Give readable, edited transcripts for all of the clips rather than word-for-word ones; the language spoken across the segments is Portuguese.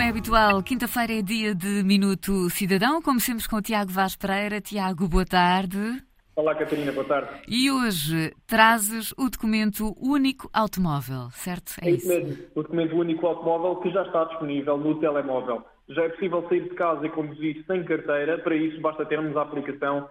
é habitual, quinta-feira é dia de Minuto Cidadão, como sempre com o Tiago Vaz Pereira. Tiago, boa tarde. Olá, Catarina, boa tarde. E hoje trazes o documento único automóvel, certo? É isso mesmo, o documento único automóvel que já está disponível no telemóvel. Já é possível sair de casa e conduzir sem carteira, para isso basta termos a aplicação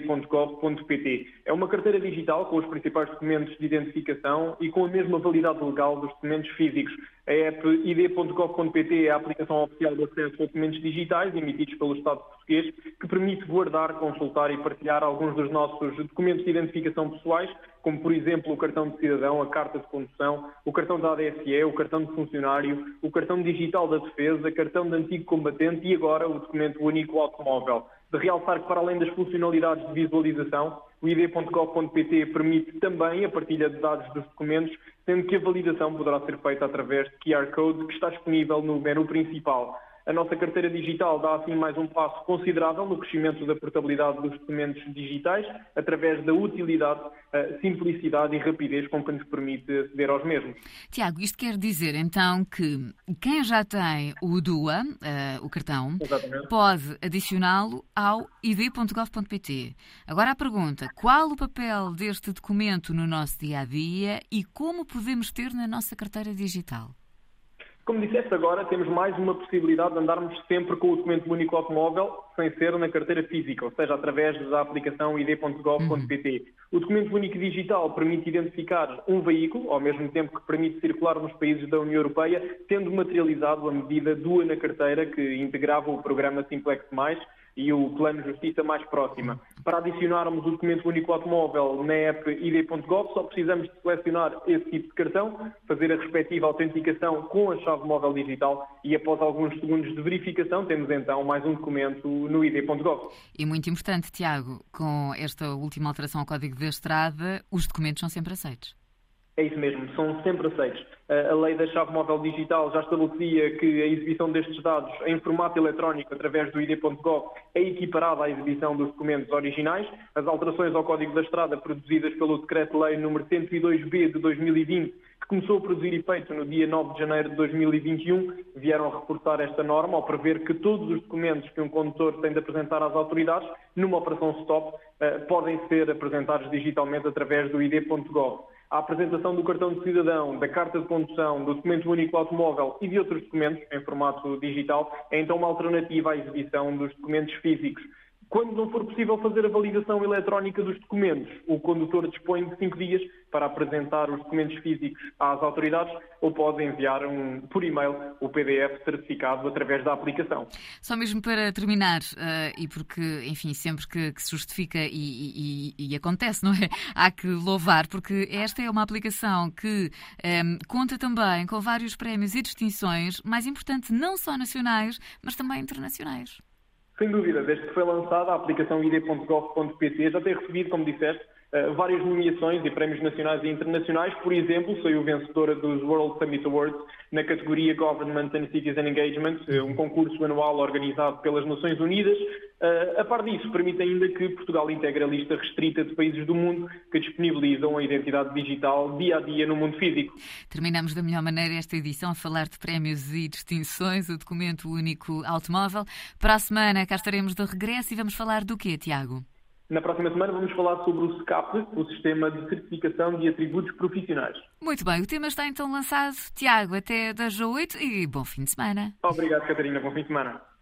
id.gov.pt. É uma carteira digital com os principais documentos de identificação e com a mesma validade legal dos documentos físicos. A app id.gov.pt é a aplicação oficial de acesso a documentos digitais emitidos pelo Estado português, que permite guardar, consultar e partilhar alguns dos nossos documentos de identificação pessoais, como por exemplo o cartão de cidadão, a carta de condução, o cartão da ADSE, o cartão de funcionário, o cartão digital da defesa, cartão de antigo combatente e agora o documento único automóvel. De realçar que, para além das funcionalidades de visualização, o id.gov.pt permite também a partilha de dados dos documentos, sendo que a validação poderá ser feita através de QR Code que está disponível no menu principal. A nossa carteira digital dá assim mais um passo considerável no crescimento da portabilidade dos documentos digitais, através da utilidade, simplicidade e rapidez com que nos permite aceder aos mesmos. Tiago, isto quer dizer então que quem já tem o DUA, o cartão, Exatamente, pode adicioná-lo ao id.gov.pt. Agora a pergunta, qual o papel deste documento no nosso dia-a-dia e como podemos ter na nossa carteira digital? Como disseste agora, temos mais uma possibilidade de andarmos sempre com o documento único automóvel sem ser na carteira física, ou seja, através da aplicação id.gov.pt. O documento único digital permite identificar um veículo, ao mesmo tempo que permite circular nos países da União Europeia, tendo materializado a medida DUA na carteira que integrava o programa Simplex Mais e o Plano Justiça Mais Próxima. Para adicionarmos o documento único automóvel na app id.gov, só precisamos de selecionar esse tipo de cartão, fazer a respectiva autenticação com a chave móvel digital e após alguns segundos de verificação temos então mais um documento no id.gov. E muito importante, Tiago, com esta última alteração ao Código da Estrada, os documentos são sempre aceitos. É isso mesmo, são sempre aceitos. A lei da chave móvel digital já estabelecia que a exibição destes dados em formato eletrónico através do id.gov é equiparada à exibição dos documentos originais. As alterações ao Código da Estrada produzidas pelo Decreto-Lei nº 102B de 2020, que começou a produzir efeito no dia 9 de janeiro de 2021, vieram a reforçar esta norma ao prever que todos os documentos que um condutor tem de apresentar às autoridades numa operação stop podem ser apresentados digitalmente através do id.gov. A apresentação do cartão de cidadão, da carta de condução, do documento único automóvel e de outros documentos em formato digital é então uma alternativa à exibição dos documentos físicos. Quando não for possível fazer a validação eletrónica dos documentos, o condutor dispõe de 5 dias para apresentar os documentos físicos às autoridades ou pode enviar por e-mail o PDF certificado através da aplicação. Só mesmo para terminar, e porque, enfim, sempre que se justifica e acontece, não é? Há que louvar, porque esta é uma aplicação que conta também com vários prémios e distinções, mais importante, não só nacionais, mas também internacionais. Sem dúvida, desde que foi lançada a aplicação id.gov.pt já tem recebido, como disseste, várias nomeações e prémios nacionais e internacionais. Por exemplo, saiu vencedora dos World Summit Awards na categoria Government and Citizen Engagement, um concurso anual organizado pelas Nações Unidas. A par disso, permite ainda que Portugal integre a lista restrita de países do mundo que disponibilizam a identidade digital dia a dia no mundo físico. Terminamos da melhor maneira esta edição a falar de prémios e distinções, o documento único automóvel. Para a semana cá estaremos de regresso e vamos falar do quê, Tiago? Na próxima semana vamos falar sobre o SCAP, o Sistema de Certificação de Atributos Profissionais. Muito bem, o tema está então lançado. Tiago, até das 8 e bom fim de semana. Obrigado, Catarina. Bom fim de semana.